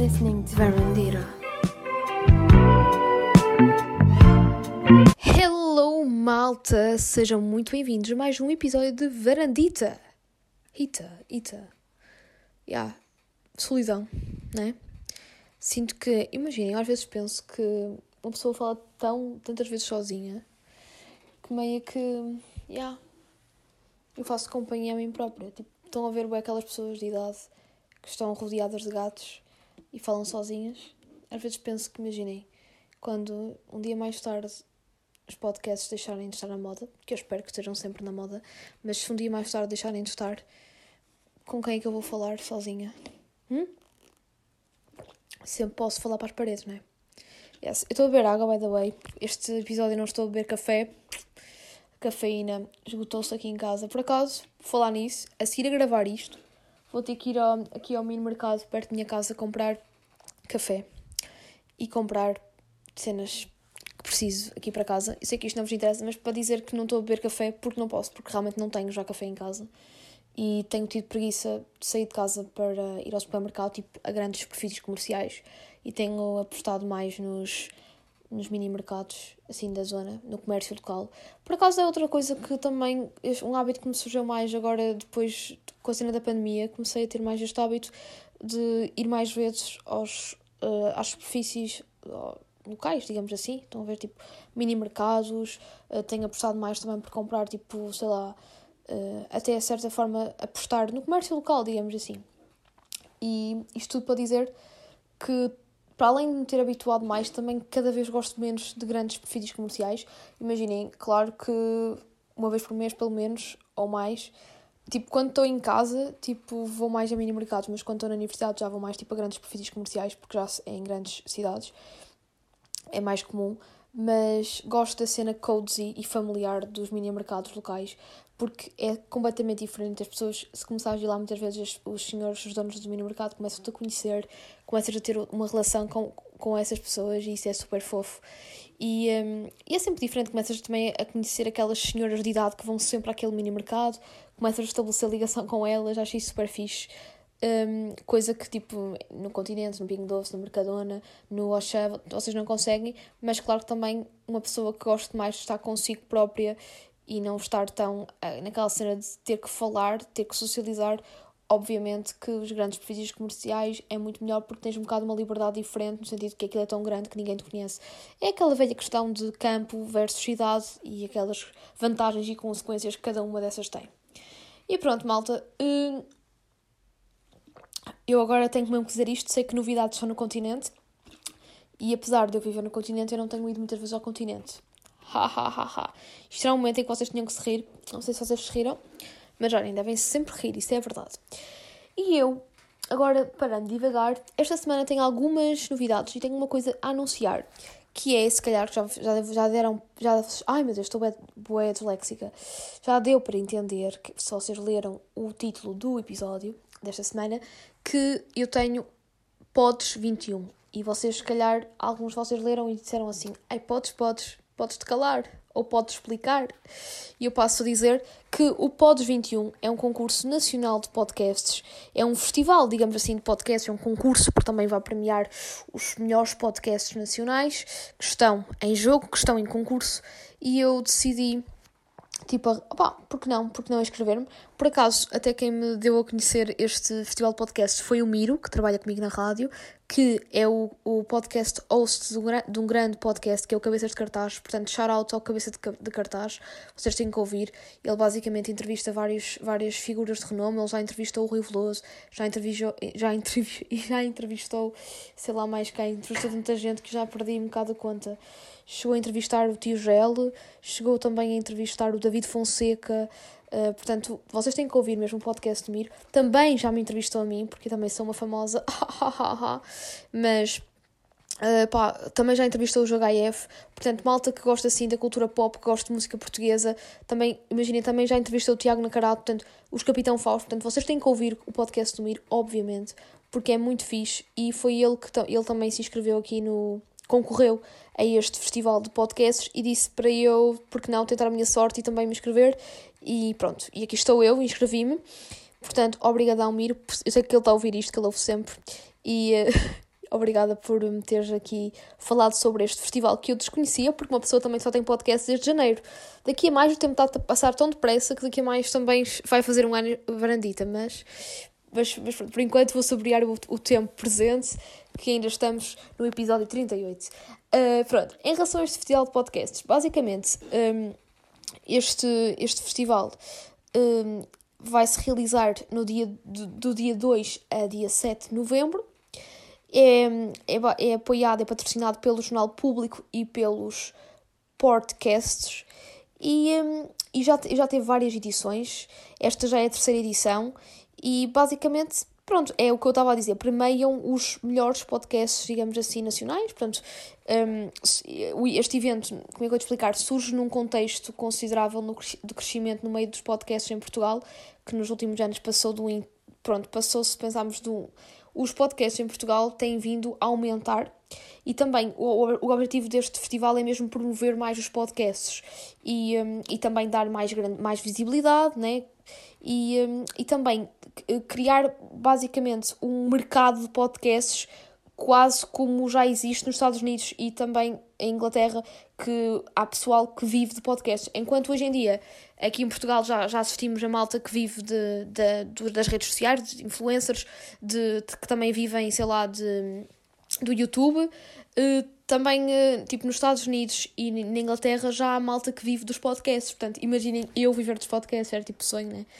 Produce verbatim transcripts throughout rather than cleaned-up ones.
listening to Verandira. Hello, malta! Sejam muito bem-vindos a mais um episódio de Verandita. Ita, Ita. Yeah. Solidão, né? Sinto que, imaginem, às vezes penso que uma pessoa fala tão, tantas vezes sozinha que meio que, yeah, eu faço companhia a mim própria. Tipo, estão a ver bem aquelas pessoas de idade que estão rodeadas de gatos e falam sozinhas. Às vezes penso que, imaginem, quando um dia mais tarde os podcasts deixarem de estar na moda, que eu espero que estejam sempre na moda, mas se um dia mais tarde deixarem de estar, com quem é que eu vou falar sozinha? Hum? Sempre posso falar para as paredes, não é? Yes. Eu estou a beber água, by the way. Este episódio não estou a beber café. A cafeína esgotou-se aqui em casa. Por acaso, por falar nisso, a seguir a gravar isto, vou ter que ir ao, aqui ao mini mercado perto da minha casa comprar café e comprar cenas que preciso aqui para casa. Eu sei que isto não vos interessa, mas para dizer que não estou a beber café porque não posso, porque realmente não tenho já café em casa e tenho tido preguiça de sair de casa para ir ao supermercado, tipo a grandes superfícies comerciais, e tenho apostado mais nos, nos mini mercados assim da zona, no comércio local. Por acaso é outra coisa que também, um hábito que me surgiu mais agora depois com a cena da pandemia, comecei a ter mais este hábito de ir mais vezes aos, uh, às superfícies uh, locais, digamos assim. Estão a ver, tipo, mini mercados. Uh, tenho apostado mais também por comprar, tipo, sei lá, uh, até a certa forma apostar no comércio local, digamos assim. E isto tudo para dizer que, para além de me ter habituado mais, também cada vez gosto menos de grandes superfícies comerciais. Imaginem, claro que uma vez por mês, pelo menos, ou mais, tipo, quando estou em casa, tipo, vou mais a mini mercados, mas quando estou na universidade já vou mais, tipo, a grandes superfícies comerciais, porque já é em grandes cidades, é mais comum. Mas gosto da cena cozy e familiar dos mini mercados locais, porque é completamente diferente. As pessoas, se começares a ir lá muitas vezes, os senhores, os donos do mini mercado começam-te a conhecer, começas a ter uma relação com, com essas pessoas e isso é super fofo. E, um, e é sempre diferente, começas também a conhecer aquelas senhoras de idade que vão sempre àquele mini mercado, começas a estabelecer ligação com elas, acho isso super fixe. Um, coisa que, tipo, no Continente, no Pingo Doce, no Mercadona, no Auchan, vocês não conseguem, mas claro que também uma pessoa que goste mais de estar consigo própria e não estar tão uh, naquela cena de ter que falar, ter que socializar, obviamente que os grandes superfícies comerciais é muito melhor porque tens um bocado uma liberdade diferente, no sentido que aquilo é tão grande que ninguém te conhece. É aquela velha questão de campo versus cidade e aquelas vantagens e consequências que cada uma dessas tem. E pronto, malta, uh, eu agora tenho mesmo que dizer isto, sei que novidades são no Continente, e apesar de eu viver no Continente, eu não tenho ido muitas vezes ao Continente. Ha, ha, ha, ha. Isto era um momento em que vocês tinham que se rir, não sei se vocês se riram, mas olhem, devem-se sempre rir, isso é verdade. E eu, agora, parando de divagar, esta semana tenho algumas novidades e tenho uma coisa a anunciar, que é, se calhar, que já, já, já deram, já, ai meu Deus, estou bué disléxica, já deu para entender, que, se vocês leram o título do episódio desta semana, que eu tenho Pods vinte e um. E vocês, se calhar, alguns de vocês leram e disseram assim, ai, podes, podes, podes-te calar, ou podes explicar. E eu passo a dizer que o Pods vinte e um é um concurso nacional de podcasts, é um festival, digamos assim, de podcasts, é um concurso, porque também vai premiar os melhores podcasts nacionais que estão em jogo, que estão em concurso, e eu decidi, tipo, opá, porque não? Porque não escrever-me? Por acaso, até quem me deu a conhecer este festival de podcasts foi o Miro, que trabalha comigo na rádio, que é o, o podcast host de um, de um grande podcast, que é o Cabeças de Cartaz. Portanto, shout-out ao Cabeça de, de Cartaz. Vocês têm que ouvir. Ele basicamente entrevista vários, várias figuras de renome. Ele já entrevistou o Rui Veloso, já entrevistou, já, entrev, já entrevistou, sei lá mais quem, entrevistou tanta gente que já perdi um bocado a conta. Chegou a entrevistar o Tio Gel, chegou também a entrevistar o David Fonseca. Uh, portanto, vocês têm que ouvir mesmo o podcast do Miro. Também já me entrevistou a mim, porque eu também sou uma famosa. Mas, uh, pá, também já entrevistou o H F. Portanto, malta que gosta assim da cultura pop, que gosta de música portuguesa. Também, imaginem, também já entrevistou o Tiago Nacarato. Portanto, os Capitão Fausto. Portanto, vocês têm que ouvir o podcast do Miro, obviamente, porque é muito fixe. E foi ele que ele também se inscreveu aqui no... concorreu a este festival de podcasts e disse para eu, porque não, tentar a minha sorte e também me inscrever. E pronto, e aqui estou eu, inscrevi-me. Portanto, obrigadão, Miro. Eu sei que ele está a ouvir isto, que ele ouve sempre. E, uh, Obrigada por me teres aqui falado sobre este festival que eu desconhecia, porque uma pessoa também só tem podcast desde janeiro. Daqui a mais o tempo está a passar tão depressa que daqui a mais também vai fazer um ano varandita, mas, mas, mas por enquanto vou saborear o, o tempo presente, que ainda estamos no episódio trinta e oito. Uh, pronto, em relação a este festival de podcasts, basicamente um, este, este festival um, vai-se realizar no dia, do, do dia dois a dia sete de novembro. É, é, é apoiado, é patrocinado pelo Jornal Público e pelos podcasts e, um, e já, já teve várias edições. Esta já é a terceira edição e basicamente, pronto, é o que eu estava a dizer, premiam os melhores podcasts, digamos assim, nacionais. Portanto, um, este evento, como é que eu vou te explicar, surge num contexto considerável no, de crescimento no meio dos podcasts em Portugal, que nos últimos anos passou do... Pronto, passou, se pensarmos do... Os podcasts em Portugal têm vindo a aumentar e também o, o objetivo deste festival é mesmo promover mais os podcasts e, um, e também dar mais, grande, mais visibilidade, né? e, um, e também criar basicamente um mercado de podcasts quase como já existe nos Estados Unidos e também em Inglaterra, que há pessoal que vive de podcasts. Enquanto hoje em dia, aqui em Portugal, já, já assistimos a malta que vive de, de, de, das redes sociais, de influencers, de, de, que também vivem, sei lá, de, do YouTube. Uh, também, uh, tipo, nos Estados Unidos e na Inglaterra já há malta que vive dos podcasts. Portanto, imaginem eu viver dos podcasts, era tipo sonho, né?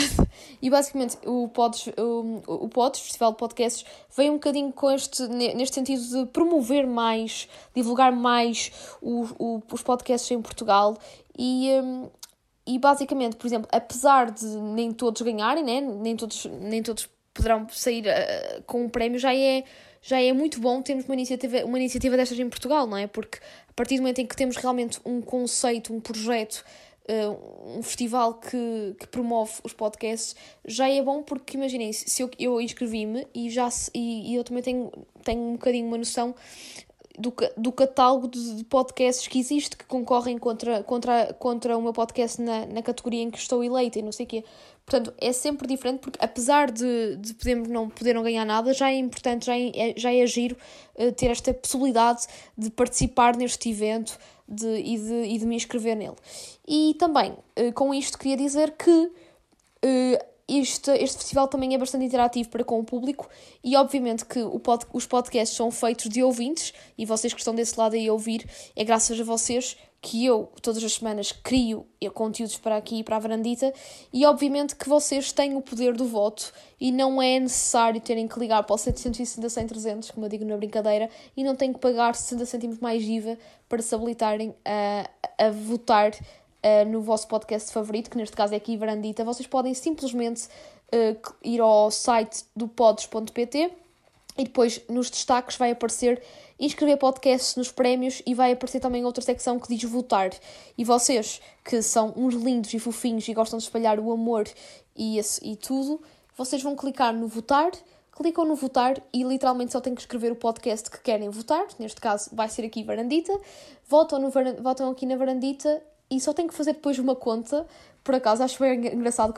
E basicamente o Pods, o, o Pods, o Festival de Podcasts, veio um bocadinho com este, neste sentido de promover mais, divulgar mais o, o, os podcasts em Portugal e... Um, E basicamente, por exemplo, apesar de nem todos ganharem, né? nem, todos, nem todos poderão sair uh, com um prémio, já é, já é muito bom termos uma iniciativa, uma iniciativa destas em Portugal, não é? Porque a partir do momento em que temos realmente um conceito, um projeto, uh, um festival que, que promove os podcasts, já é bom porque, imaginem, se eu, eu inscrevi-me e, já, e, e eu também tenho, tenho um bocadinho uma noção Do, do catálogo de, de podcasts que existe, que concorrem contra, contra, contra o meu podcast na, na categoria em que estou eleita e não sei o quê. Portanto, é sempre diferente, porque apesar de, de podermos não, poder não ganhar nada, já é importante, já é, já é giro uh, ter esta possibilidade de participar neste evento de, e, de, e de me inscrever nele. E também, uh, com isto, queria dizer que uh, Este, este festival também é bastante interativo para com o público e obviamente que o pod, os podcasts são feitos de ouvintes e vocês que estão desse lado aí a ouvir, é graças a vocês que eu todas as semanas crio conteúdos para aqui e para a varandita e obviamente que vocês têm o poder do voto e não é necessário terem que ligar para o setecentos e sessenta, cem, trezentos, como eu digo na brincadeira, e não têm que pagar sessenta cêntimos mais I V A para se habilitarem a, a votar Uh, no vosso podcast favorito, que neste caso é aqui Varandita. Vocês podem simplesmente uh, ir ao site do pods ponto pt e depois nos destaques vai aparecer inscrever podcasts nos prémios e vai aparecer também outra secção que diz votar. E vocês, que são uns lindos e fofinhos e gostam de espalhar o amor e, esse, e tudo, vocês vão clicar no votar, clicam no votar e literalmente só têm que escrever o podcast que querem votar. Neste caso vai ser aqui Varandita. Votam, no, votam aqui na Varandita e só tenho que fazer depois uma conta. Por acaso, acho bem engraçado que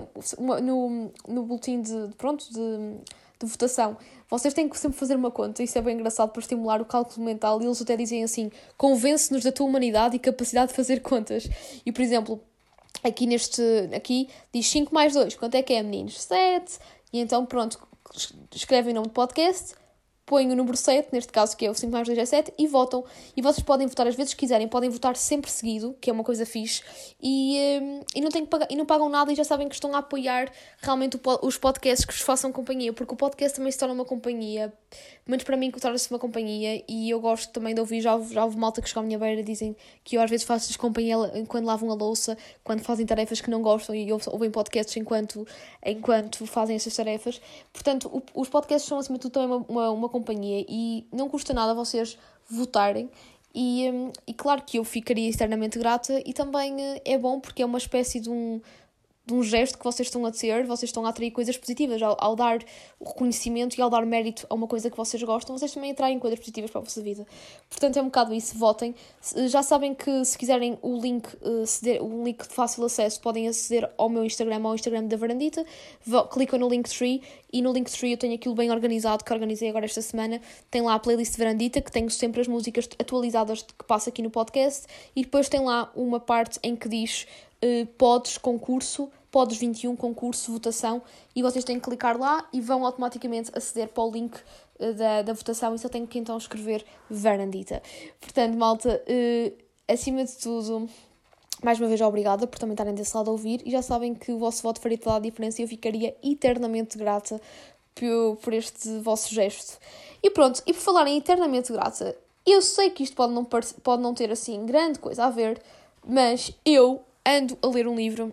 no, no boletim de, de, pronto, de, de votação, vocês têm que sempre fazer uma conta. Isso é bem engraçado para estimular o cálculo mental. E eles até dizem assim, convence-nos da tua humanidade e capacidade de fazer contas. E, por exemplo, aqui neste, aqui diz cinco mais dois. Quanto é que é, meninos? sete. E então, pronto, escrevem o nome do podcast, põem o número sete, neste caso que é o cinco mais dois é sete, e votam. E vocês podem votar às vezes que quiserem, podem votar sempre seguido, que é uma coisa fixe, e, um, e, não, têm que pagar, e não pagam nada e já sabem que estão a apoiar realmente o, os podcasts que vos façam companhia, porque o podcast também se torna uma companhia, menos para mim que torna-se uma companhia, e eu gosto também de ouvir, já houve, já houve malta que chegou à minha beira e dizem que eu às vezes faço-lhes companhia quando lavam a louça, quando fazem tarefas que não gostam e ouvem podcasts enquanto, enquanto fazem essas tarefas. Portanto, o, os podcasts são acima de tudo também uma, uma, uma companhia e não custa nada vocês votarem. E, e claro que eu ficaria externamente grata e também é bom porque é uma espécie de um, de um gesto que vocês estão a ter, vocês estão a atrair coisas positivas. Ao, ao dar o reconhecimento e ao dar mérito a uma coisa que vocês gostam, vocês também atraem coisas positivas para a vossa vida. Portanto, é um bocado isso, votem. Já sabem que se quiserem o link, um link de fácil acesso, podem aceder ao meu Instagram, ao Instagram da Varandita, clicam no Linktree, e no Linktree eu tenho aquilo bem organizado, que organizei agora esta semana. Tem lá a playlist de Varandita, que tenho sempre as músicas atualizadas que passo aqui no podcast, e depois tem lá uma parte em que diz uh, pods, concurso, pods vinte e um, concurso, votação, e vocês têm que clicar lá e vão automaticamente aceder para o link uh, da, da votação, e só tenho que então escrever Varandita. Portanto, malta, uh, acima de tudo, mais uma vez obrigada por também estarem desse lado a ouvir, e já sabem que o vosso voto faria toda a diferença e eu ficaria eternamente grata por, por este vosso gesto. E pronto, e por falarem eternamente grata, eu sei que isto pode não, pode não ter assim grande coisa a ver, mas eu ando a ler um livro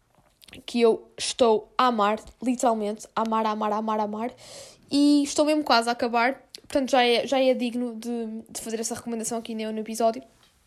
que eu estou a amar, literalmente, a amar, a amar, a amar, a amar, e estou mesmo quase a acabar, portanto já é, já é digno de, de fazer essa recomendação aqui no, no episódio,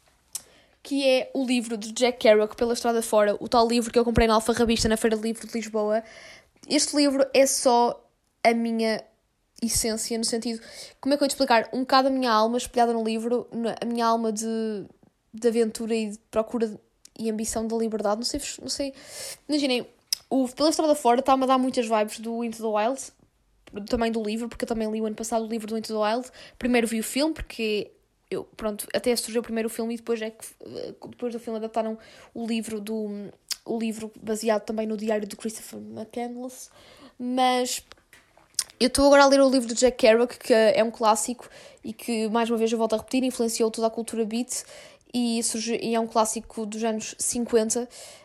que é o livro de Jack Kerouac, Pela Estrada Fora, o tal livro que eu comprei na Alfarrabista, na Feira de Livro de Lisboa. Este livro é só a minha essência, no sentido, como é que eu vou te explicar, um bocado a minha alma espelhada no livro, a minha alma de, de aventura e de procura de, e ambição da liberdade, não sei, não sei, imaginem, o Pela Estrada Fora está-me a dar muitas vibes do Into the Wild, também do livro, porque eu também li o ano passado o livro do Into the Wild. Primeiro vi o filme, porque eu, pronto, até surgiu primeiro o filme e depois é que, depois do filme adaptaram o livro, do, o livro baseado também no diário de Christopher McCandless, mas eu estou agora a ler o livro do Jack Kerouac, que é um clássico e que, mais uma vez eu volto a repetir, influenciou toda a cultura beat, e, surgiu, e é um clássico dos anos cinquenta,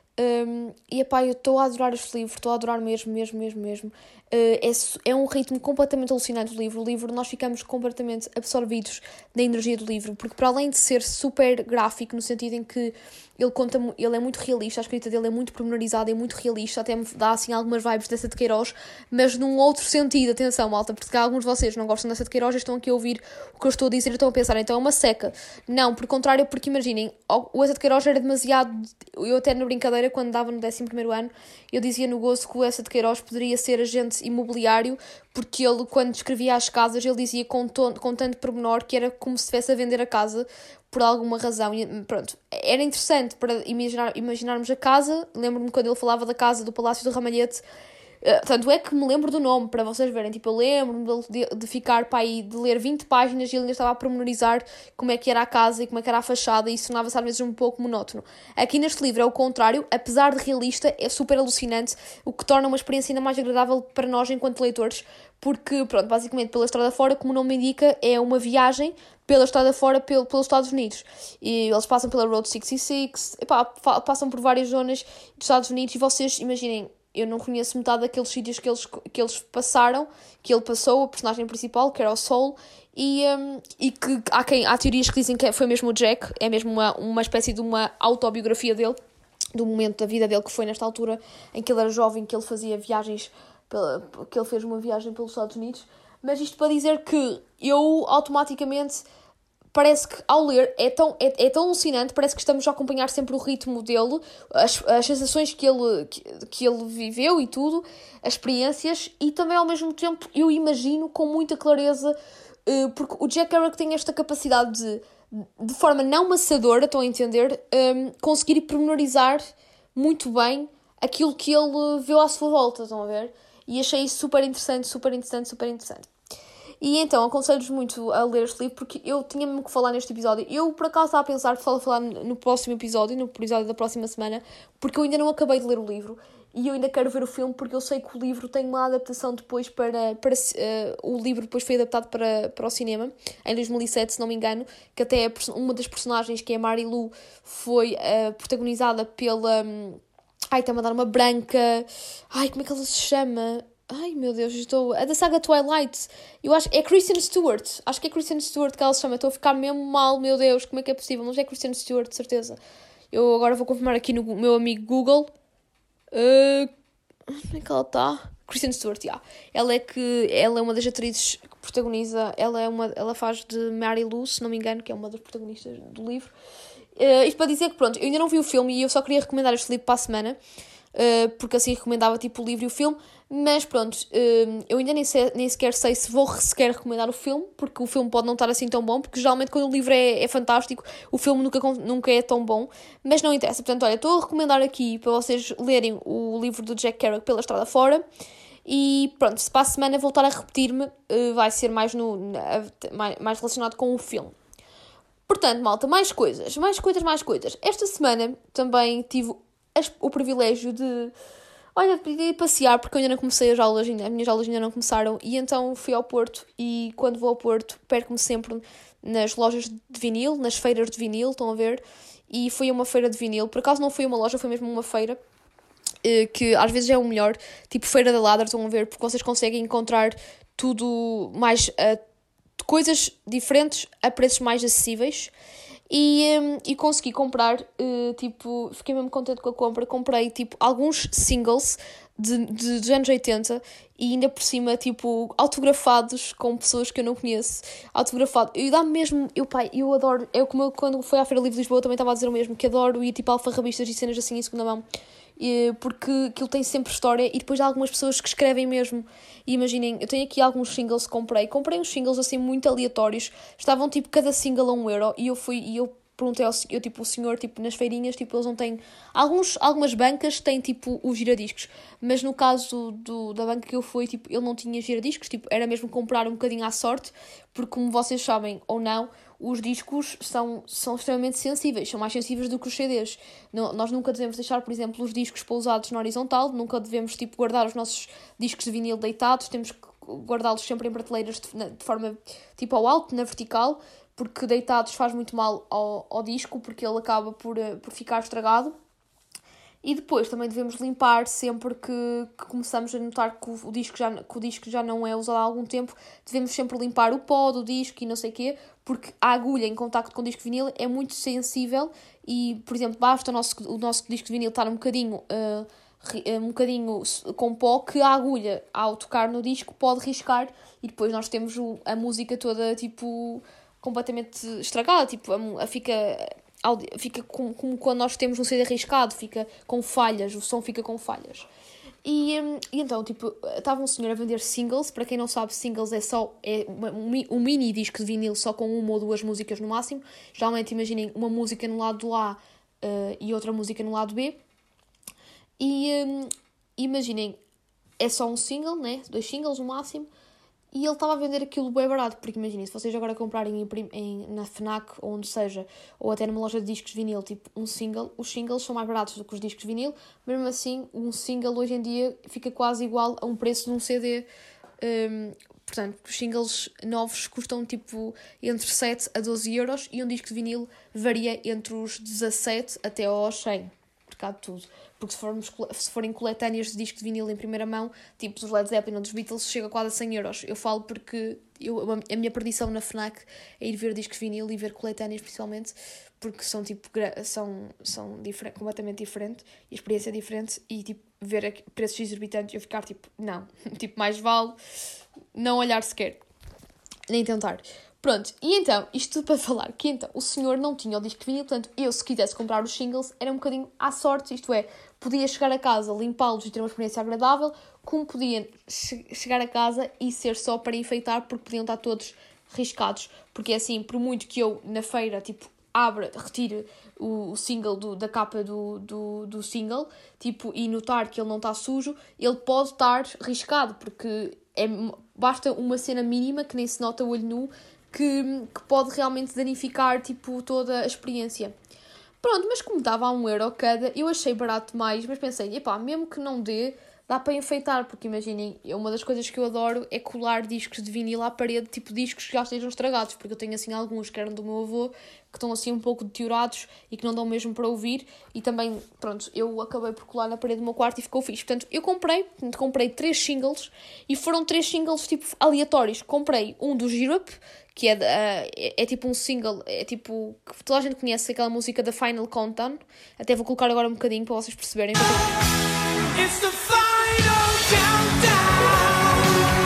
um, e epá, eu estou a adorar este livro, estou a adorar mesmo, mesmo, mesmo, mesmo. Uh, é, é um ritmo completamente alucinante do livro. O livro, nós ficamos completamente absorvidos da energia do livro, porque para além de ser super gráfico, no sentido em que ele conta, ele é muito realista, a escrita dele é muito pormenorizada, é muito realista, até me dá assim algumas vibes dessa de Queiroz, mas num outro sentido, atenção malta, porque alguns de vocês não gostam dessa de Queiroz e estão aqui a ouvir o que eu estou a dizer e estão a pensar, então é uma seca. Não, por contrário, porque imaginem, o Essa de Queiroz era demasiado, eu até na brincadeira, quando dava no décimo primeiro ano, eu dizia no gozo que o Essa de Queiroz poderia ser agente imobiliário, porque ele, quando descrevia as casas, ele dizia com, ton, com tanto pormenor que era como se estivesse a vender a casa por alguma razão. E, pronto, era interessante para imaginar, imaginarmos a casa. Lembro-me quando ele falava da casa do Palácio do Ramalhete, uh, tanto é que me lembro do nome, para vocês verem, tipo, eu lembro-me de, de ficar para aí, de ler vinte páginas e ele ainda estava a pormenorizar como é que era a casa e como é que era a fachada, e isso tornava-se às vezes um pouco monótono. Aqui neste livro é o contrário, apesar de realista, é super alucinante, o que torna uma experiência ainda mais agradável para nós enquanto leitores, porque, pronto, basicamente Pela Estrada Fora, como o nome indica, é uma viagem pela estrada fora pelo, pelos Estados Unidos, e eles passam pela Road sessenta e seis, epá, passam por várias zonas dos Estados Unidos, e vocês imaginem, eu não conheço metade daqueles sítios que eles, que eles passaram, que ele passou, a personagem principal, que era o Soul, e, um, e que há, quem, há teorias que dizem que foi mesmo o Jack, é mesmo uma, uma espécie de uma autobiografia dele, do momento da vida dele que foi nesta altura em que ele era jovem, que ele fazia viagens, pela, que ele fez uma viagem pelos Estados Unidos. Mas isto para dizer que eu automaticamente, parece que ao ler é tão, é, é tão alucinante, parece que estamos a acompanhar sempre o ritmo dele, as, as sensações que ele, que, que ele viveu e tudo, as experiências, e também ao mesmo tempo eu imagino com muita clareza, uh, porque o Jack Kerouac tem esta capacidade de, de forma não maçadora, estão a entender, um, conseguir pormenorizar muito bem aquilo que ele viu à sua volta, estão a ver? E achei isso super interessante, super interessante, super interessante. E então, aconselho-vos muito a ler este livro, porque eu tinha mesmo que falar neste episódio. Eu, por acaso, estava a pensar que falar, falar no próximo episódio, no episódio da próxima semana, porque eu ainda não acabei de ler o livro. E eu ainda quero ver o filme, porque eu sei que o livro tem uma adaptação depois para... para uh, o livro depois foi adaptado para, para o cinema, em dois mil e sete, se não me engano, que até é uma das personagens, que é a Mary Lou, foi uh, protagonizada pela... Um, ai, está-me a dar uma branca... Ai, como é que ela se chama? Ai, meu Deus, estou... A da saga Twilight. Eu acho... É Kristen Stewart. Acho que é Kristen Stewart que ela se chama. Estou a ficar mesmo mal, meu Deus. Como é que é possível? Mas é Kristen Stewart, de certeza. Eu agora vou confirmar aqui no meu amigo Google. Uh... Onde é que ela está? Kristen Stewart, já. Yeah. Ela é que... Ela é uma das atrizes que protagoniza... Ela, é uma... ela faz de Mary Lou, se não me engano, que é uma das protagonistas do livro. Uh, isto para dizer que, pronto, eu ainda não vi o filme e eu só queria recomendar este livro para a semana. uh, porque assim recomendava tipo o livro e o filme, mas pronto, uh, eu ainda nem, sei, nem sequer sei se vou sequer recomendar o filme, porque o filme pode não estar assim tão bom, porque geralmente quando o livro é, é fantástico, o filme nunca, nunca é tão bom, mas não interessa. Portanto, olha, estou a recomendar aqui para vocês lerem o livro do Jack Kerouac, Pela Estrada Fora. E pronto, se para a semana voltar a repetir-me, uh, vai ser mais, no, na, mais, mais relacionado com o filme. Portanto, malta, mais coisas, mais coisas, mais coisas. Esta semana também tive as, o privilégio de, olha, de passear, porque eu ainda não comecei as aulas, ainda, as minhas aulas ainda não começaram, e então fui ao Porto, e quando vou ao Porto, perco-me sempre nas lojas de vinil, nas feiras de vinil, estão a ver? E fui a uma feira de vinil, por acaso não foi uma loja, foi mesmo uma feira, que às vezes é o melhor, tipo Feira da Ladra, estão a ver, porque vocês conseguem encontrar tudo mais, uh, coisas diferentes a preços mais acessíveis, e, um, e consegui comprar, uh, tipo, fiquei mesmo contente com a compra, comprei, tipo, alguns singles de, de, dos anos oitenta, e ainda por cima, tipo, autografados com pessoas que eu não conheço, autografado, e dá-me mesmo, eu pai, eu adoro, é como eu quando fui à Feira Livre de Lisboa também estava a dizer o mesmo, que adoro ir, tipo, alfarrabistas e cenas assim em segunda mão, porque aquilo tem sempre história, e depois há algumas pessoas que escrevem mesmo. E imaginem, eu tenho aqui alguns singles que comprei, comprei uns singles assim muito aleatórios, estavam tipo cada single a um euro, e eu fui, e eu perguntei ao eu, tipo, o senhor, tipo, nas feirinhas, tipo, eles não têm, alguns, algumas bancas têm tipo os giradiscos, mas no caso do, da banca que eu fui, tipo, ele não tinha giradiscos, tipo, era mesmo comprar um bocadinho à sorte, porque como vocês sabem ou não, os discos são, são extremamente sensíveis, são mais sensíveis do que os C Ds. Não, nós nunca devemos deixar, por exemplo, os discos pousados na horizontal, nunca devemos tipo, guardar os nossos discos de vinil deitados, temos que guardá-los sempre em prateleiras de, de forma tipo ao alto, na vertical, porque deitados faz muito mal ao, ao disco, porque ele acaba por, por ficar estragado. E depois também devemos limpar sempre que, que começamos a notar que o, o disco já, que o disco já não é usado há algum tempo. Devemos sempre limpar o pó do disco e não sei o quê, porque a agulha em contacto com o disco de vinil é muito sensível e, por exemplo, basta o nosso, o nosso disco de vinil estar um bocadinho, uh, um bocadinho com pó, que a agulha, ao tocar no disco, pode riscar e depois nós temos o, a música toda, tipo, completamente estragada, tipo, a, a fica... fica como, como quando nós temos um C D arriscado, fica com falhas, o som fica com falhas. E, e então, tipo, estava um senhor a vender singles. Para quem não sabe, singles é só é uma, um mini disco de vinil só com uma ou duas músicas no máximo. Geralmente, imaginem uma música no lado A uh, e outra música no lado B. E um, imaginem, é só um single, né? Dois singles no máximo. E ele estava a vender aquilo bem barato, porque imaginem, se vocês agora comprarem em, em, na FNAC, ou onde seja, ou até numa loja de discos de vinil, tipo um single, os singles são mais baratos do que os discos de vinil, mesmo assim, um single hoje em dia fica quase igual a um preço de um C D. Um, portanto, os singles novos custam tipo entre sete a doze euros e um disco de vinil varia entre os dezassete até aos cem, por causa de tudo. Porque se, formos, se forem coletâneas de disco de vinil em primeira mão, tipo dos Led Zeppelin ou dos Beatles, chega quase a cem euros. Eu falo porque eu, a minha perdição na FNAC é ir ver discos de vinil e ver coletâneas principalmente, porque são, tipo, são, são difer- completamente diferentes, e a experiência é diferente, e tipo, ver preços exorbitantes e eu ficar tipo, não, tipo, mais vale não olhar sequer, nem tentar. Pronto, e então, isto tudo para falar que então o senhor não tinha o disco de vinil, portanto, eu se quisesse comprar os singles era um bocadinho à sorte, isto é, podia chegar a casa, limpá-los e ter uma experiência agradável, como podia che- chegar a casa e ser só para enfeitar, porque podiam estar todos riscados, porque assim, por muito que eu na feira, tipo, abra, retire o, o single do, da capa do, do, do single, tipo, e notar que ele não está sujo, ele pode estar riscado, porque é, basta uma cena mínima que nem se nota o olho nu, Que, que pode realmente danificar tipo, toda a experiência. Pronto, mas como dava a um euro cada, eu achei barato demais, mas pensei, epá, mesmo que não dê, dá para enfeitar, porque imaginem, uma das coisas que eu adoro é colar discos de vinil à parede, tipo discos que já estejam estragados, porque eu tenho assim alguns que eram do meu avô, que estão assim um pouco deteriorados e que não dão mesmo para ouvir, e também, pronto, eu acabei por colar na parede do meu quarto e ficou fixe. Portanto, eu comprei, portanto, comprei três singles, e foram três singles tipo aleatórios. Comprei um do Europe, que é, uh, é, é tipo um single, é tipo, que toda a gente conhece, aquela música da Final Countdown. Até vou colocar agora um bocadinho para vocês perceberem. It's the final countdown.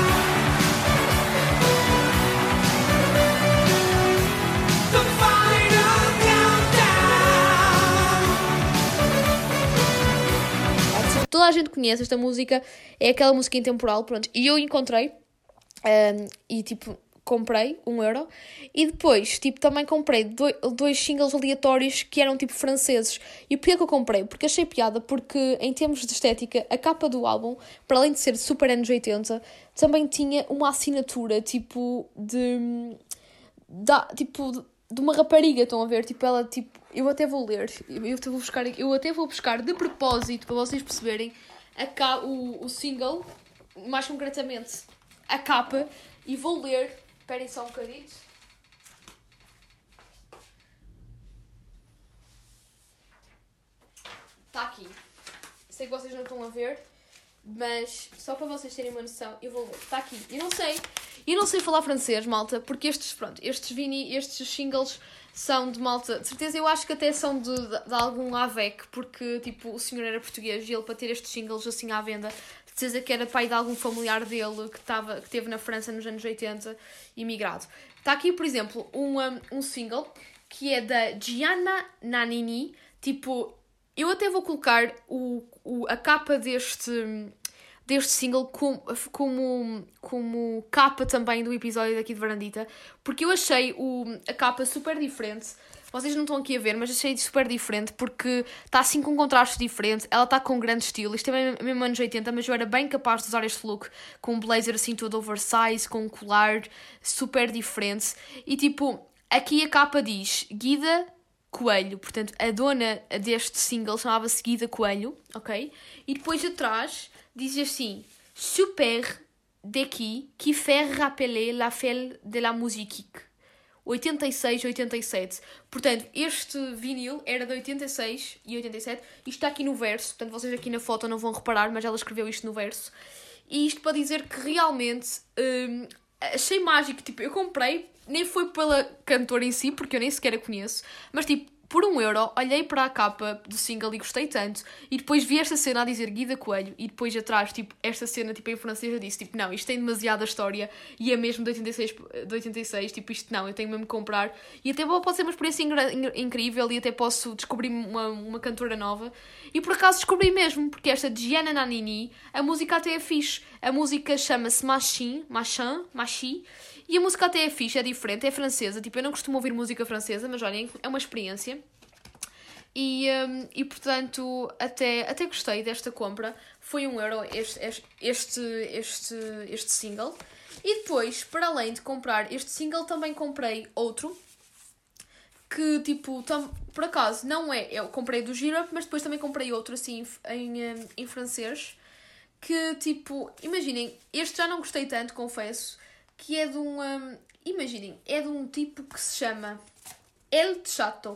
The final countdown. a gente conhece esta música, é aquela música intemporal, pronto. E eu encontrei, um, e tipo, comprei um euro. E depois, tipo, também comprei dois, dois singles aleatórios que eram, tipo, franceses. E porquê que eu comprei? Porque achei piada, porque em termos de estética, a capa do álbum, para além de ser super anos oitenta, também tinha uma assinatura, tipo, de... Da, tipo, de uma rapariga, estão a ver? Tipo, ela, tipo... Eu até vou ler. Eu até vou buscar, eu até vou buscar de propósito, para vocês perceberem, a ca, o, o single, mais concretamente, a capa, e vou ler... Esperem só um bocadinho. Está aqui. Sei que vocês não estão a ver, mas só para vocês terem uma noção, eu vou ler. Está aqui. Eu não sei, eu não sei falar francês, malta, porque estes, pronto, estes vini, estes singles são de malta. De certeza, eu acho que até são de, de, de algum AVEC, porque, tipo, o senhor era português e ele, para ter estes singles assim à venda, de certeza que era pai de algum familiar dele que, tava, que teve na França nos anos oitenta, imigrado. Está aqui, por exemplo, um, um single que é da Gianna Nannini. Tipo, eu até vou colocar o, o, a capa deste, deste single como, como, como capa também do episódio daqui de Varandita, porque eu achei o, a capa super diferente. Vocês não estão aqui a ver, mas achei super diferente, porque está assim com um contraste diferente, ela está com um grande estilo. Isto é mesmo, mesmo anos oitenta, mas eu era bem capaz de usar este look com um blazer assim todo oversize, com um colar super diferente. E tipo, aqui a capa diz Guida Coelho, portanto a dona deste single chamava-se Guida Coelho, ok? E depois atrás diz assim, super daqui qui fait rappeler la fête de la musique. oitenta e seis, oitenta e sete. Portanto, este vinil era de oitenta e seis e oitenta e sete. Isto está aqui no verso. Portanto, vocês aqui na foto não vão reparar, mas ela escreveu isto no verso. E isto para dizer que realmente hum, achei mágico. Tipo, eu comprei, nem foi pela cantora em si, porque eu nem sequer a conheço. Mas, tipo, por um euro, olhei para a capa do single e gostei tanto. E depois vi esta cena a dizer Guida Coelho. E depois atrás, tipo, esta cena, tipo, em francês eu disse, tipo, não, isto tem demasiada história. E é mesmo de oitenta e seis, de oitenta e seis, tipo, isto não, eu tenho mesmo que comprar. E até pode ser uma experiência incrível e até posso descobrir uma, uma cantora nova. E por acaso descobri mesmo, porque esta Gianna Nannini, a música até é fixe. A música chama-se Machin, Machin, Machi. E a música até é fixe, é diferente, é francesa. Tipo, eu não costumo ouvir música francesa, mas olhem, é uma experiência. E, um, e portanto, até, até gostei desta compra. Foi um euro este, este, este, este single. E depois, para além de comprar este single, também comprei outro. Que, tipo, tam, por acaso, não é... Eu comprei do Giro, mas depois também comprei outro, assim, em, em, em francês. Que, tipo, imaginem, este já não gostei tanto, confesso. Que é de um... um imaginem, é de um tipo que se chama El Chato.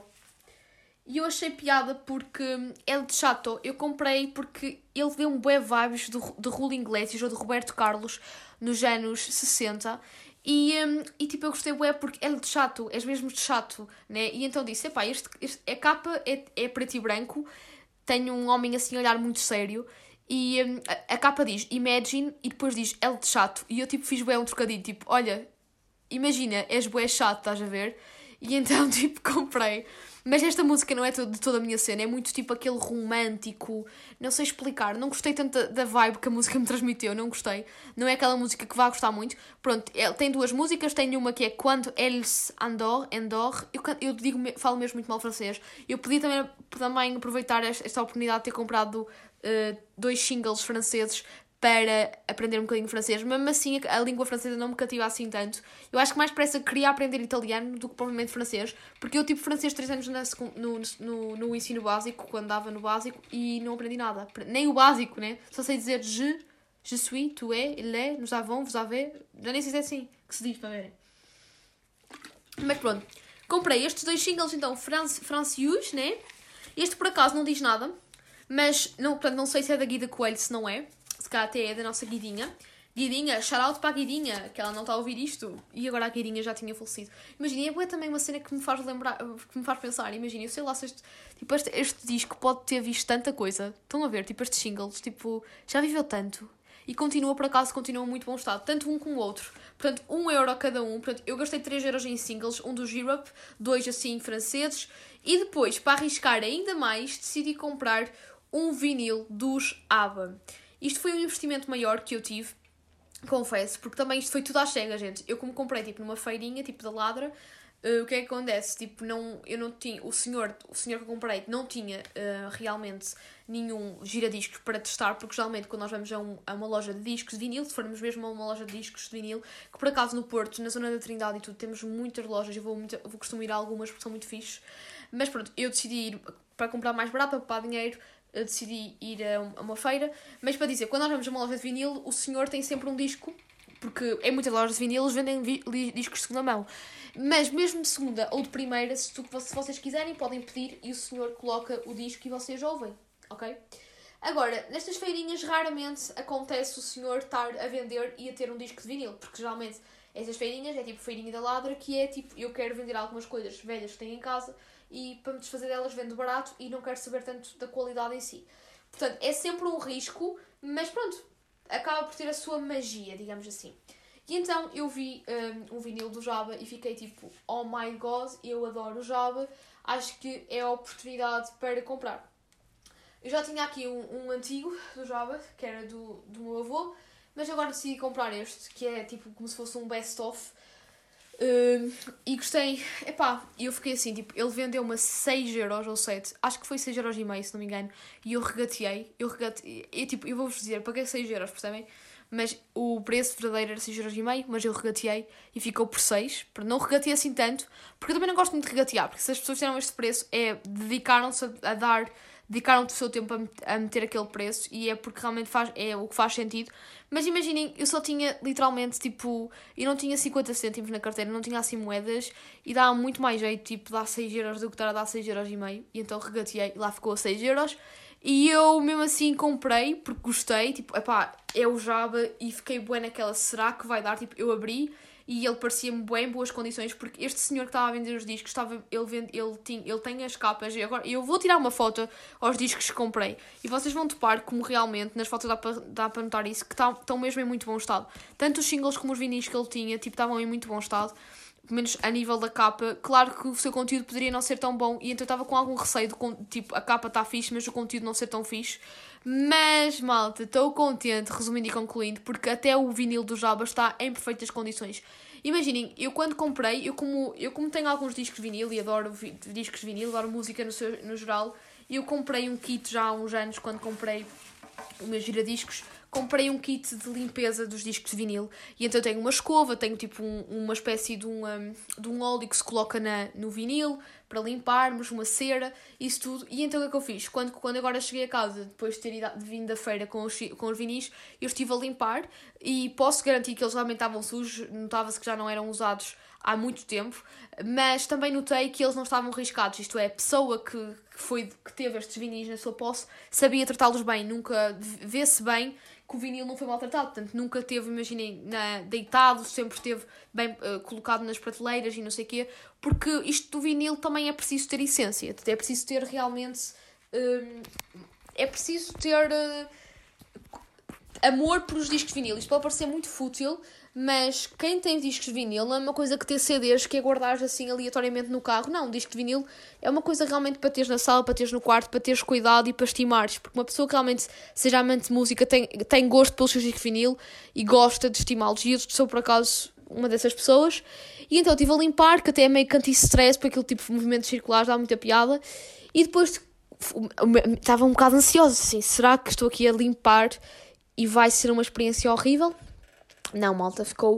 E eu achei piada porque El Chato eu comprei porque ele deu um bué vibes de, de Julio Iglesias ou de Roberto Carlos nos anos sessenta. E, um, e tipo, eu gostei bué porque El Chato, és mesmo de chato, né? E então disse, epá, este, este, a capa é, é preto e branco, tem um homem assim a olhar muito sério. E um, a, a capa diz Imagine e depois diz El Chato. E eu tipo fiz bué um trocadilho, tipo, olha, imagina, és bué chato, estás a ver? E então tipo comprei. Mas esta música não é de toda a minha cena, é muito tipo aquele romântico, não sei explicar, não gostei tanto da, da vibe que a música me transmitiu, não gostei. Não é aquela música que vá gostar muito. Pronto, ele tem duas músicas, tem uma que é Quando Elles Andor, Andor, eu, eu digo, falo mesmo muito mal francês. Eu podia também, também aproveitar esta, esta oportunidade de ter comprado uh, dois singles franceses para aprender um bocadinho francês. Mesmo assim, a língua francesa não me cativa assim tanto. Eu acho que mais depressa queria aprender italiano do que provavelmente francês, porque eu tive francês três anos no, no, no ensino básico, quando dava no básico, e não aprendi nada. Nem o básico, né? Só sei dizer je, je suis, tu es, il est, nous avons, vous avez. Já nem sei se é assim que se diz, para verem. Mas pronto. Comprei estes dois singles, então, francês, né? Este, por acaso, não diz nada, mas, não, portanto, não sei se é da Guida Coelho, se não é. Se calhar até é da nossa Guidinha. Guidinha, shout-out para a Guidinha, que ela não está a ouvir isto. E agora a Guidinha já tinha falecido. Imagina, é também uma cena que me faz lembrar, que me faz pensar. Imagina, eu sei lá se este, tipo, este, este disco pode ter visto tanta coisa. Estão a ver, tipo, estes singles, tipo, já viveu tanto. E continua, por acaso, continua em muito bom estado. Tanto um como o outro. Portanto, um euro cada um. Portanto, eu gastei três euros em singles. Um dos Europe, dois assim franceses. E depois, para arriscar ainda mais, decidi comprar um vinil dos ABBA. Isto foi um investimento maior que eu tive, confesso, porque também isto foi tudo à cega, gente. Eu como comprei, tipo, numa feirinha, tipo, da Ladra, uh, o que é que acontece? Tipo, não, eu não tinha, o senhor, o senhor que eu comprei não tinha uh, realmente nenhum giradiscos para testar, porque geralmente quando nós vamos a, um, a uma loja de discos de vinil, se formos mesmo a uma loja de discos de vinil, que por acaso no Porto, na zona da Trindade e tudo, temos muitas lojas, eu vou, muito, eu vou costumo ir a algumas porque são muito fixes, mas pronto, eu decidi ir para comprar mais barato, para poupar dinheiro, eu decidi ir a uma feira, mas para dizer, quando nós vamos a uma loja de vinil, o senhor tem sempre um disco, porque em muitas lojas de vinil eles vendem vi- discos de segunda mão, mas mesmo de segunda ou de primeira, se, tu, se vocês quiserem, podem pedir e o senhor coloca o disco e vocês ouvem, ok? Agora, nestas feirinhas raramente acontece o senhor estar a vender e a ter um disco de vinil, porque geralmente essas feirinhas é tipo feirinha da Ladra, que é tipo, eu quero vender algumas coisas velhas que tenho em casa e para me desfazer delas vendo barato e não quero saber tanto da qualidade em si. Portanto, é sempre um risco, mas pronto, acaba por ter a sua magia, digamos assim. E então eu vi um, um vinil do Jabba e fiquei tipo, oh my god, eu adoro o Jabba, acho que é a oportunidade para comprar. Eu já tinha aqui um, um antigo do Jabba, que era do, do meu avô, mas agora decidi comprar este, que é tipo como se fosse um best-of. Uh, e gostei, epá, e eu fiquei assim, tipo, ele vendeu-me a seis euros ou sete, acho que foi seis euros e meio, se não me engano, e eu regateei, eu regateei, e tipo, eu vou-vos dizer, paguei seis euros, percebem? Mas o preço verdadeiro era seis euros e meio, mas eu regateei e ficou por seis, não regateei assim tanto, porque eu também não gosto muito de regatear, porque se as pessoas tiveram este preço, é, dedicaram-se a, a dar... dedicaram-te o seu tempo a meter aquele preço e é porque realmente faz, é o que faz sentido. Mas imaginem, eu só tinha literalmente, tipo, eu não tinha cinquenta cêntimos na carteira, não tinha assim moedas e dava muito mais jeito, tipo, dar seis euros do que estar a dar seis euros e meio. E então regateei e lá ficou a seis euros. E eu mesmo assim comprei porque gostei, tipo, epá, é o Jabba e fiquei bué naquela, será que vai dar? Tipo, eu abri e ele parecia-me bem em boas condições, porque este senhor que estava a vender os discos, estava, ele, vende, ele, tinha, ele tem as capas, e agora eu vou tirar uma foto aos discos que comprei, e vocês vão topar como realmente, nas fotos dá para, dá para notar isso, que tá, estão mesmo em muito bom estado. Tanto os singles como os vinis que ele tinha, tipo, estavam em muito bom estado, pelo menos a nível da capa. Claro que o seu conteúdo poderia não ser tão bom, e então eu estava com algum receio de, tipo, a capa está fixe, mas o conteúdo não ser tão fixe. Mas, malta, estou contente, resumindo e concluindo, porque até o vinil do Jabba está em perfeitas condições. Imaginem, eu quando comprei, eu como, eu como tenho alguns discos de vinil e adoro vi, discos de vinil, adoro música no, seu, no geral, eu comprei um kit já há uns anos, quando comprei o meu giradiscos, comprei um kit de limpeza dos discos de vinil, e então eu tenho uma escova, tenho tipo um, uma espécie de um, um, de um óleo que se coloca na, no vinil para limparmos, uma cera, isso tudo. E então o que é que eu fiz? Quando, quando agora cheguei a casa, depois de ter ido, vindo da feira com os, com os vinis, eu estive a limpar e posso garantir que eles realmente estavam sujos, notava-se que já não eram usados há muito tempo, mas também notei que eles não estavam riscados, isto é, a pessoa que, que, foi, que teve estes vinis na sua posse sabia tratá-los bem, nunca vê-se bem que o vinil não foi maltratado, portanto nunca teve, imaginem, na, deitado, sempre esteve bem uh, colocado nas prateleiras e não sei o quê, porque isto do vinil também é preciso ter essência, é preciso ter realmente, uh, é preciso ter uh, amor pelos discos de vinil. Isto pode parecer muito fútil, mas quem tem discos de vinil não é uma coisa que ter C Ds que é guardar assim aleatoriamente no carro. Não, um disco de vinil é uma coisa realmente para teres na sala, para teres no quarto, para teres cuidado e para estimares. Porque uma pessoa que realmente seja amante de música tem, tem gosto pelos seus discos de vinil e gosta de estimá-los. E eu sou, por acaso, uma dessas pessoas. E então eu estive a limpar, que até é meio que anti-stress, porque aquele tipo de movimentos circulares dá muita piada. E depois estava um bocado ansiosa, assim, será que estou aqui a limpar e vai ser uma experiência horrível? Não, malta, ficou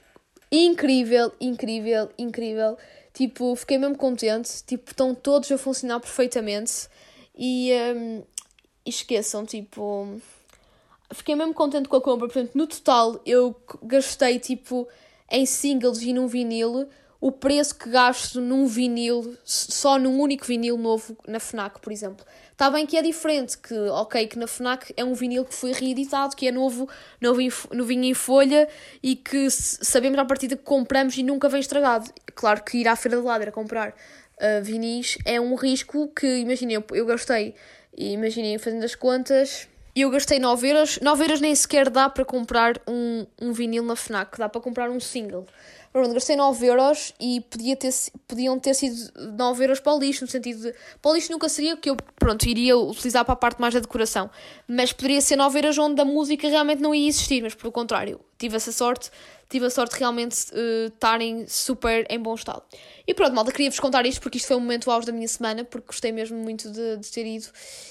incrível, incrível, incrível. Tipo, fiquei mesmo contente. Tipo, estão todos a funcionar perfeitamente. E um, esqueçam, tipo... Fiquei mesmo contente com a compra. Portanto, no total, eu gastei, tipo, em singles e num vinil, o preço que gasto num vinil, só num único vinil novo na FNAC, por exemplo. Está bem que é diferente, que, ok, que na FNAC é um vinil que foi reeditado, que é novo, novo em, novinho em folha e que sabemos à partida que compramos e nunca vem estragado. Claro que ir à Feira de Ladra comprar uh, vinis é um risco que, imaginem, eu, eu gastei, e imaginem, fazendo as contas, E eu gastei nove euros. nove euros nem sequer dá para comprar um, um vinil na FNAC. Dá para comprar um single. Pronto, gastei nove euros e podia ter, podiam ter sido nove euros para o lixo. No sentido de... Para o lixo nunca seria o que eu, pronto, iria utilizar para a parte mais da decoração. Mas poderia ser nove euros onde a música realmente não ia existir. Mas pelo contrário, tive essa sorte. Tive a sorte de realmente estarem uh, super em bom estado. E pronto, malta, queria-vos contar isto porque isto foi um momento auge da minha semana. Porque gostei mesmo muito de, de ter ido.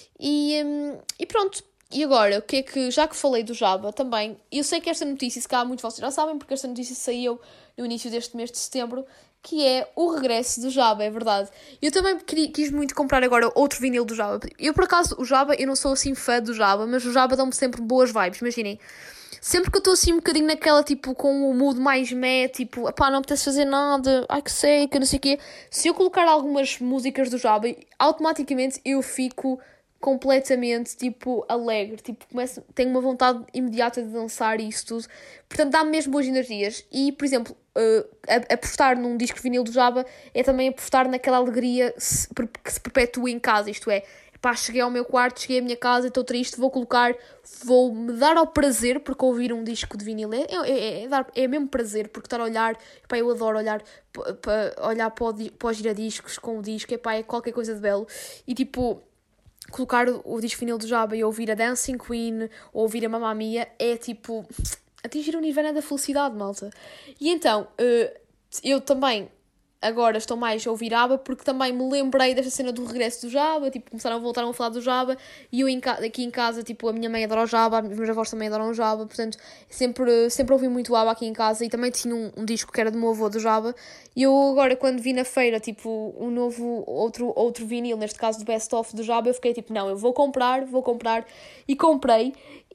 E, um, e pronto. E agora, o que é que, já que falei do Jaba também, eu sei que esta notícia, se calhar muitos de vocês já sabem, porque esta notícia saiu no início deste mês de setembro, que é o regresso do Jaba, é verdade. Eu também queria, quis muito comprar agora outro vinil do Jaba. Eu, por acaso, o Jaba, eu não sou assim fã do Jaba, mas o Jaba dá-me sempre boas vibes, imaginem. Sempre que eu estou assim um bocadinho naquela, tipo, com o mood mais meh, tipo, pá, não apetece fazer nada, ai que sei, que não sei o quê. Se eu colocar algumas músicas do Jaba, automaticamente eu fico completamente, tipo, alegre, tipo, começo, tenho uma vontade imediata de dançar e isso tudo, portanto dá-me mesmo boas energias. E, por exemplo, uh, apostar num disco vinil do Jaba é também apostar naquela alegria se, que se perpetua em casa, isto é, pá, cheguei ao meu quarto, cheguei à minha casa, estou triste, vou colocar, vou-me dar ao prazer, porque ouvir um disco de vinil é, é, é, é, dar, é mesmo prazer, porque estar a olhar, pá, eu adoro olhar, pá, olhar para, o, para os giradiscos com o disco, é, pá, é qualquer coisa de belo, e tipo... Colocar o, o disco vinil do Jaba e ouvir a Dancing Queen ou ouvir a Mamma Mia é tipo atingir o nirvana da felicidade, malta. E então, uh, eu também agora estou mais a ouvir ABBA porque também me lembrei desta cena do regresso do Jaba, tipo, começaram a voltar a falar do Jaba e eu em ca- aqui em casa, tipo, a minha mãe adora o Jaba, os meus avós também adoram o Jaba, portanto, sempre, sempre ouvi muito ABBA aqui em casa e também tinha um, um disco que era do meu avô do Jaba e eu agora, quando vi na feira, tipo, um novo, outro, outro vinil, neste caso do Best Of do Jaba, eu fiquei tipo, não, eu vou comprar, vou comprar e comprei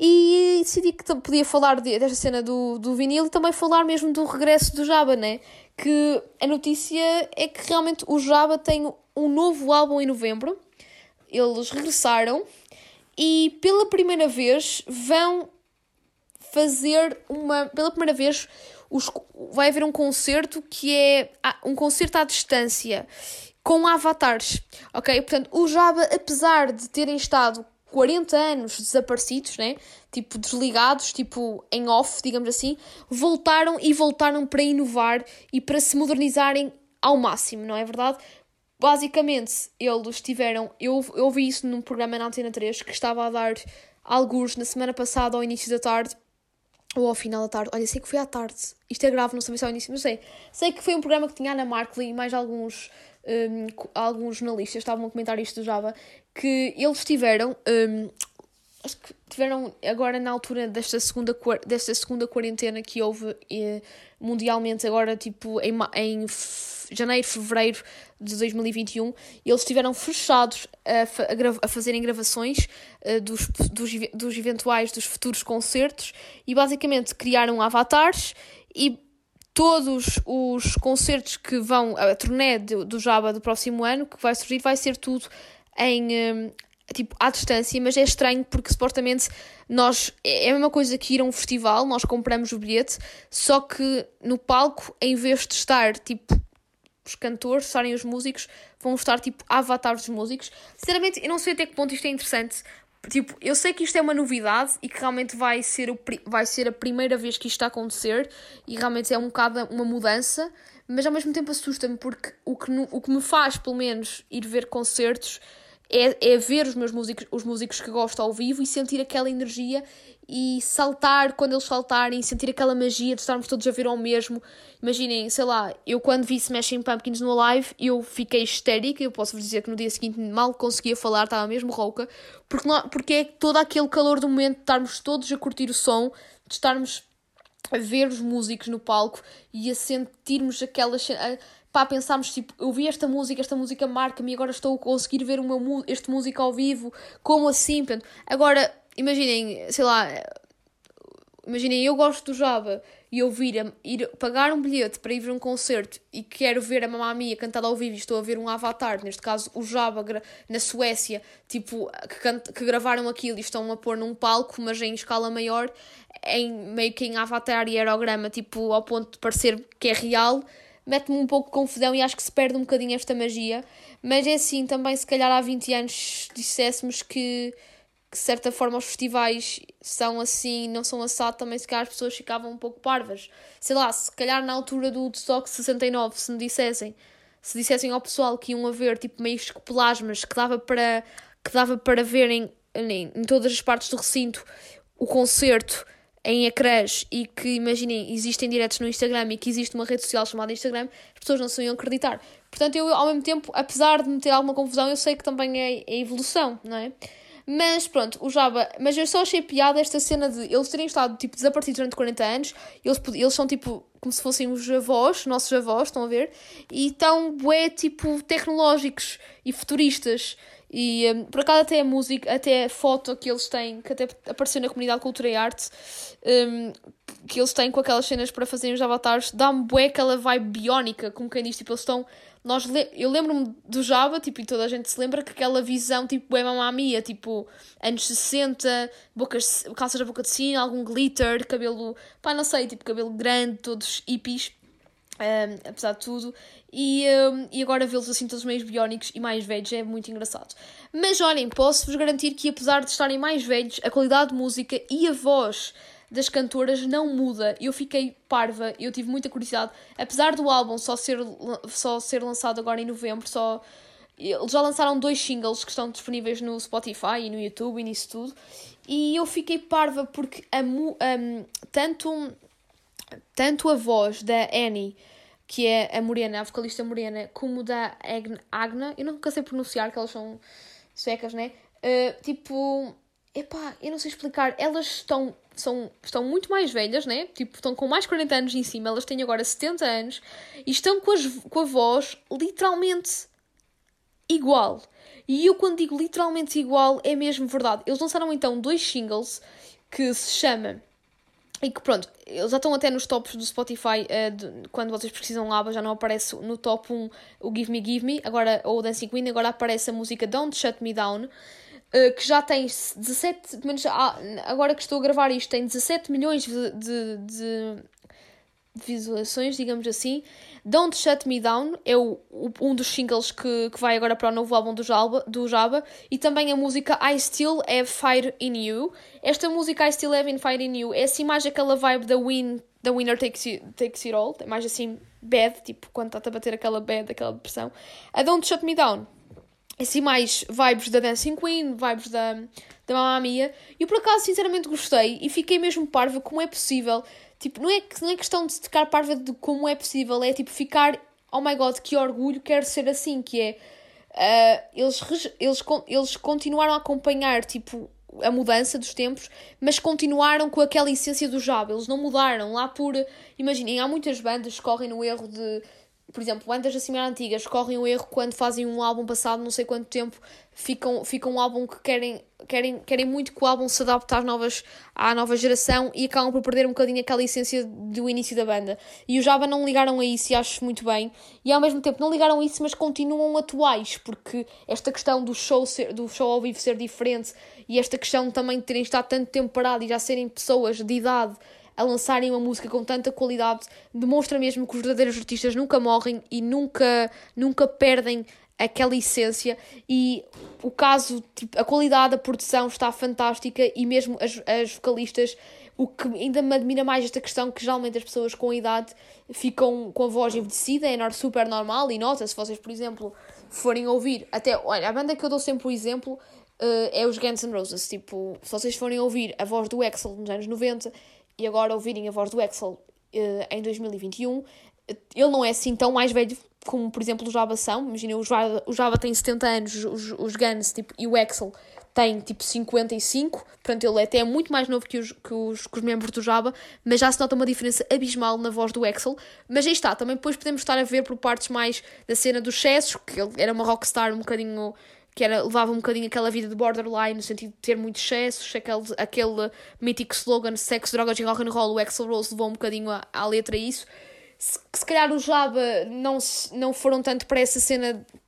e decidi que podia falar de, desta cena do, do vinil e também falar mesmo do regresso do Jaba, né? Que a notícia é que realmente o Jaba tem um novo álbum em novembro. Eles regressaram e pela primeira vez vão fazer uma... Pela primeira vez os, vai haver um concerto que é um concerto à distância com avatares, ok? Portanto, o Jaba, apesar de terem estado quarenta anos desaparecidos, né? Tipo, desligados, tipo, em off, digamos assim, voltaram e voltaram para inovar e para se modernizarem ao máximo, não é verdade? Basicamente, eles tiveram... Eu, eu ouvi isso num programa na Antena três que estava a dar algures na semana passada ao início da tarde, ou ao final da tarde. Olha, sei que foi à tarde. Isto é grave, não sei se é ao início, não sei. Sei que foi um programa que tinha a Ana Markley e mais alguns... Um, alguns jornalistas estavam a comentar isto do Jaba, que eles tiveram, um, acho que tiveram agora na altura desta segunda, desta segunda quarentena que houve eh, mundialmente, agora tipo em, em janeiro, fevereiro de dois mil e vinte e um, eles estiveram fechados a, a, grava, a fazerem gravações uh, dos, dos, dos eventuais, dos futuros concertos e basicamente criaram avatares e todos os concertos que vão, a turnê do, do Jaba do próximo ano, que vai surgir, vai ser tudo em, um, tipo, à distância, mas é estranho porque supostamente nós, é a mesma coisa que ir a um festival, nós compramos o bilhete, só que no palco, em vez de estar, tipo, os cantores, estarem os músicos, vão estar, tipo, avatares dos músicos. Sinceramente, eu não sei até que ponto isto é interessante. Tipo, eu sei que isto é uma novidade e que realmente vai ser, o, vai ser a primeira vez que isto está a acontecer e realmente é um bocado uma mudança, mas ao mesmo tempo assusta-me porque o que, o que me faz, pelo menos, ir ver concertos é, é ver os meus músicos, os músicos que gosto ao vivo e sentir aquela energia e saltar quando eles saltarem, sentir aquela magia de estarmos todos a ver ao mesmo. Imaginem, sei lá, eu quando vi Smashing Pumpkins no live, eu fiquei histérica, eu posso vos dizer que no dia seguinte mal conseguia falar, estava mesmo rouca, porque, não, porque é todo aquele calor do momento de estarmos todos a curtir o som, de estarmos a ver os músicos no palco e a sentirmos aquelas... Pá, pensámos, tipo, eu vi esta música, esta música marca-me e agora estou a conseguir ver o meu, este música ao vivo, como assim? Portanto, agora, imaginem, sei lá, imaginem, eu gosto do Jaba e eu vir, ir pagar um bilhete para ir ver um concerto e quero ver a Mamma Mia cantada ao vivo e estou a ver um avatar, neste caso o Jaba na Suécia, tipo, que, canta, que gravaram aquilo e estão a pôr num palco, mas em escala maior, em, meio que em avatar e aerograma, tipo, ao ponto de parecer que é real, mete-me um pouco de confusão e acho que se perde um bocadinho esta magia. Mas é assim, também se calhar há vinte anos disséssemos que que de certa forma os festivais são assim, não são assado, também se calhar as pessoas ficavam um pouco parvas. Sei lá, se calhar na altura do Woodstock sessenta e nove, se me dissessem, se dissessem ao pessoal que iam haver tipo meios de plasmas que dava para, que dava para verem em, em todas as partes do recinto o concerto em ecrãs e que, imaginem, existem diretos no Instagram e que existe uma rede social chamada Instagram, as pessoas não se iam acreditar. Portanto, eu, ao mesmo tempo, apesar de me ter alguma confusão, eu sei que também é, é evolução, não é? Mas, pronto, o Jaba... Mas eu só achei piada esta cena de eles terem estado, tipo, desaparecidos durante quarenta anos. Eles, eles são, tipo, como se fossem os avós, nossos avós, estão a ver? E estão, bué, tipo, tecnológicos e futuristas. E, um, por acaso, até a música, até a foto que eles têm, que até apareceu na comunidade Cultura e Arte, um, que eles têm com aquelas cenas para fazerem os avatares, dá-me bué aquela vibe biónica, como quem diz, tipo, eles estão... Nós, eu lembro-me do Jaba, tipo, e toda a gente se lembra que aquela visão, tipo, é Mamma Mia, tipo, anos sessenta, bocas, calças da boca de sino, algum glitter, cabelo, pá, não sei, tipo, cabelo grande, todos hippies, um, apesar de tudo, e, um, e agora vê-los assim todos meios biónicos e mais velhos é muito engraçado. Mas olhem, posso-vos garantir que apesar de estarem mais velhos, a qualidade de música e a voz das cantoras não muda. Eu fiquei parva, eu tive muita curiosidade. Apesar do álbum só ser, só ser lançado agora em novembro, só... eles já lançaram dois singles que estão disponíveis no Spotify e no YouTube e nisso tudo. E eu fiquei parva porque a, um, tanto, tanto a voz da Annie, que é a morena, a vocalista morena, como da Agna, eu nunca sei pronunciar, que elas são suecas, né? Uh, tipo... Epá, eu não sei explicar. Elas estão, são, estão muito mais velhas, né? Tipo, estão com mais quarenta anos em cima. Elas têm agora setenta anos. E estão com, as, com a voz literalmente igual. E eu quando digo literalmente igual, é mesmo verdade. Eles lançaram então dois singles que se chama... E que pronto, eles já estão até nos tops do Spotify. Uh, de, quando vocês precisam lá, já não aparece no top um o Give Me Give Me. Agora, ou o Dancing Queen. Agora aparece a música Don't Shut Me Down. Uh, que já tem dezassete, menos, ah, agora que estou a gravar isto, tem dezassete milhões de, de, de visualizações, digamos assim. Don't Shut Me Down é o, o, um dos singles que, que vai agora para o novo álbum do Jaba, do Jaba, e também a música I Still Have Fire in You. Esta música I Still Have Fire in You é assim mais aquela vibe da Win, da Winner Takes It, Takes It All, é mais assim bad, tipo quando está a bater aquela bad, aquela depressão. A Don't Shut Me Down assim mais vibes da Dancing Queen, vibes da, da Mamma Mia. E eu por acaso sinceramente gostei e fiquei mesmo parva como é possível. Tipo, não é, não é questão de ficar parva de como é possível, é tipo ficar, oh my god, que orgulho, quero ser assim, que é... Uh, eles, eles, eles continuaram a acompanhar, tipo, a mudança dos tempos, mas continuaram com aquela essência do Jaba. Eles não mudaram lá por... Imaginem, há muitas bandas que correm no erro de... Por exemplo, bandas assim mais antigas correm o erro quando fazem um álbum passado não sei quanto tempo, ficam, ficam um álbum que querem, querem, querem muito que o álbum se adapte às novas, à nova geração e acabam por perder um bocadinho aquela essência do início da banda. E os Jaba não ligaram a isso e acho muito bem. E ao mesmo tempo não ligaram a isso, mas continuam atuais, porque esta questão do show, ser, do show ao vivo ser diferente e esta questão também de terem estado tanto tempo parado e já serem pessoas de idade a lançarem uma música com tanta qualidade, demonstra mesmo que os verdadeiros artistas nunca morrem e nunca, nunca perdem aquela essência. E o caso, tipo, a qualidade da produção está fantástica e mesmo as, as vocalistas, o que ainda me admira mais esta questão, que geralmente as pessoas com a idade ficam com a voz envelhecida, é super normal e nota, se vocês, por exemplo, forem ouvir, até, olha, a banda que eu dou sempre o exemplo uh, é os Guns N' Roses, tipo, se vocês forem ouvir a voz do Axl nos anos noventa, e agora ouvirem a voz do Axl uh, em dois mil e vinte e um, ele não é assim tão mais velho como, por exemplo, os Jaba são. Imaginem, o Jaba, o Jaba tem setenta anos, os, os Guns tipo, e o Axl tem tipo cinquenta e cinco, portanto ele é até muito mais novo que os, que, os, que os membros do Jaba, mas já se nota uma diferença abismal na voz do Axl. Mas aí está, também depois podemos estar a ver por partes mais da cena dos excessos, que ele era uma rockstar um bocadinho... que era, levava um bocadinho aquela vida de borderline, no sentido de ter muitos excessos, aquele, aquele mítico slogan sexo, drogas e rock and roll, o Axl Rose levou um bocadinho à, à letra isso. Se, se calhar os Jaba não, não foram tanto para essa cena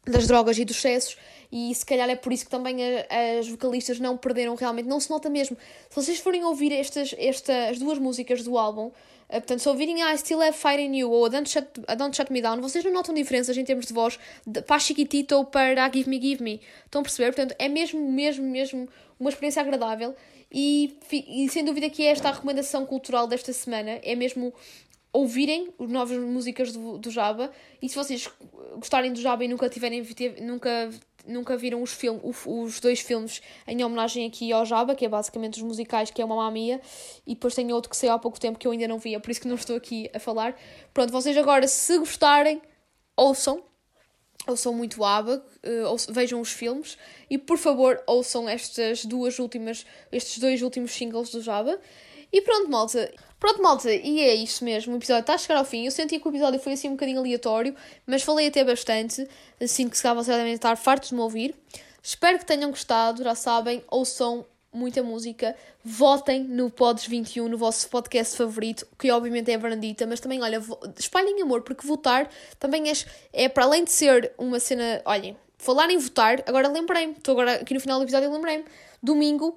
das drogas e dos excessos, e se calhar é por isso que também a, as vocalistas não perderam realmente, não se nota mesmo. Se vocês forem ouvir estas, estas as duas músicas do álbum, uh, portanto, se ouvirem I Still Have Fire in You ou a Don't, Shut, a Don't Shut Me Down, vocês não notam diferenças em termos de voz de, para a Chiquitita ou para a Give Me Give Me. Estão a perceber? Portanto, é mesmo, mesmo, mesmo uma experiência agradável, e, e sem dúvida que é esta a recomendação cultural desta semana, é mesmo ouvirem as novas músicas do, do Jaba. E se vocês gostarem do Jaba e nunca tiverem nunca, nunca viram os, film, os dois filmes em homenagem aqui ao Jaba, que é basicamente os musicais, que é uma Mamma Mia, e depois tem outro que saiu há pouco tempo que eu ainda não vi, é por isso que não estou aqui a falar. Pronto, vocês agora, se gostarem, ouçam ouçam muito ABBA, uh, vejam os filmes e, por favor, ouçam estas duas últimas, estes dois últimos singles do ABBA. E pronto, malta. Pronto, malta, e é isso mesmo. O episódio está a chegar ao fim. Eu senti que o episódio foi assim um bocadinho aleatório, mas falei até bastante. Assim que se calhar vocês devem estar fartos de me ouvir. Espero que tenham gostado. Já sabem, ouçam muita música. Votem no Pods vinte e um, no vosso podcast favorito, que obviamente é a Varandita, mas também, olha, espalhem amor, porque votar também é, é para além de ser uma cena... Olhem, falar em votar, agora lembrei-me, estou agora aqui no final do episódio, lembrei-me. Domingo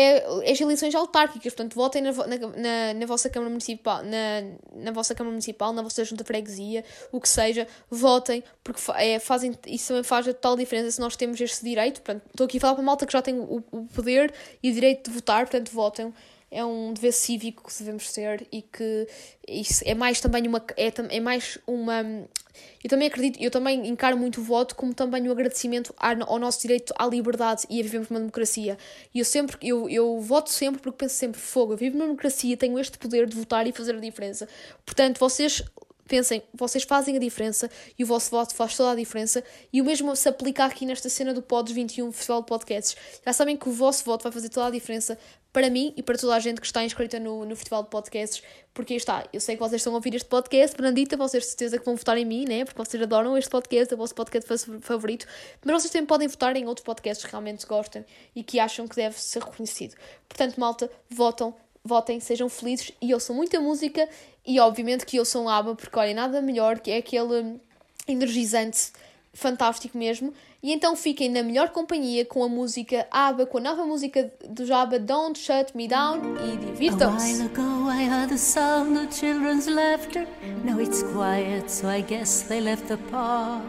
é as eleições autárquicas, portanto votem na, na, na vossa Câmara Municipal, na, na vossa Câmara Municipal, na vossa Junta de Freguesia, o que seja, votem, porque é, fazem, isso também faz a total diferença se nós temos este direito. Portanto, estou aqui a falar para a malta que já tem o, o poder e o direito de votar, portanto votem. É um dever cívico que devemos ter, e que isso é mais também uma... É, é mais uma... Eu também acredito, eu também encaro muito o voto como também um agradecimento ao nosso direito à liberdade e a vivermos numa democracia. E eu sempre, eu, eu voto sempre porque penso sempre, fogo, eu vivo numa democracia, tenho este poder de votar e fazer a diferença. Portanto, vocês... Pensem, vocês fazem a diferença e o vosso voto faz toda a diferença, e o mesmo se aplica aqui nesta cena do Pods vinte e um, Festival de Podcasts. Já sabem que o vosso voto vai fazer toda a diferença para mim e para toda a gente que está inscrita no, no Festival de Podcasts, porque aí está, eu sei que vocês estão a ouvir este podcast, Brandita, vocês de certeza que vão votar em mim, né? Porque vocês adoram este podcast, é o vosso podcast favorito, mas vocês também podem votar em outros podcasts que realmente gostem e que acham que deve ser reconhecido. Portanto, malta, votam, votem, sejam felizes e ouçam muita música. E obviamente que eu sou um ABBA, porque olha, nada melhor, que é aquele energizante fantástico mesmo. E então fiquem na melhor companhia com a música ABBA, com a nova música do ABBA, Don't Shut Me Down, e divirtam-se. A while ago I heard the sound of children's laughter. Now it's quiet, so I guess they left the park.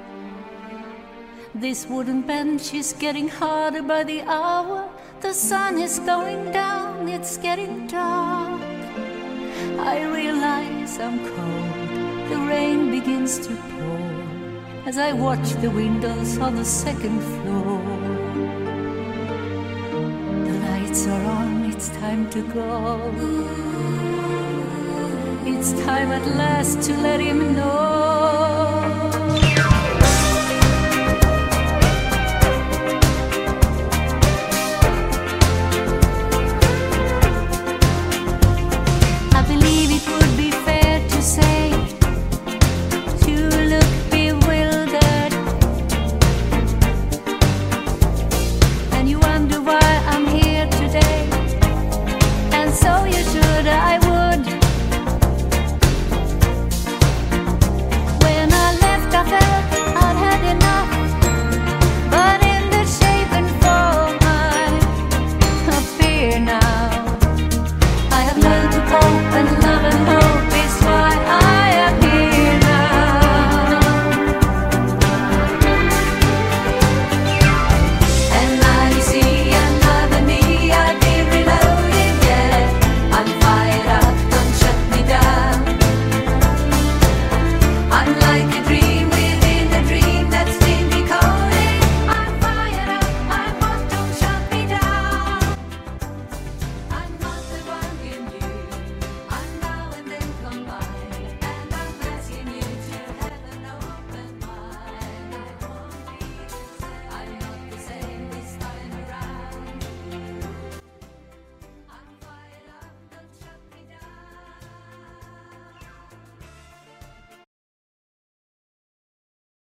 This wooden bench is getting harder by the hour. The sun is going down, it's getting dark. I realize I'm cold, the rain begins to pour as I watch the windows on the second floor. The lights are on, it's time to go. It's time at last to let him know.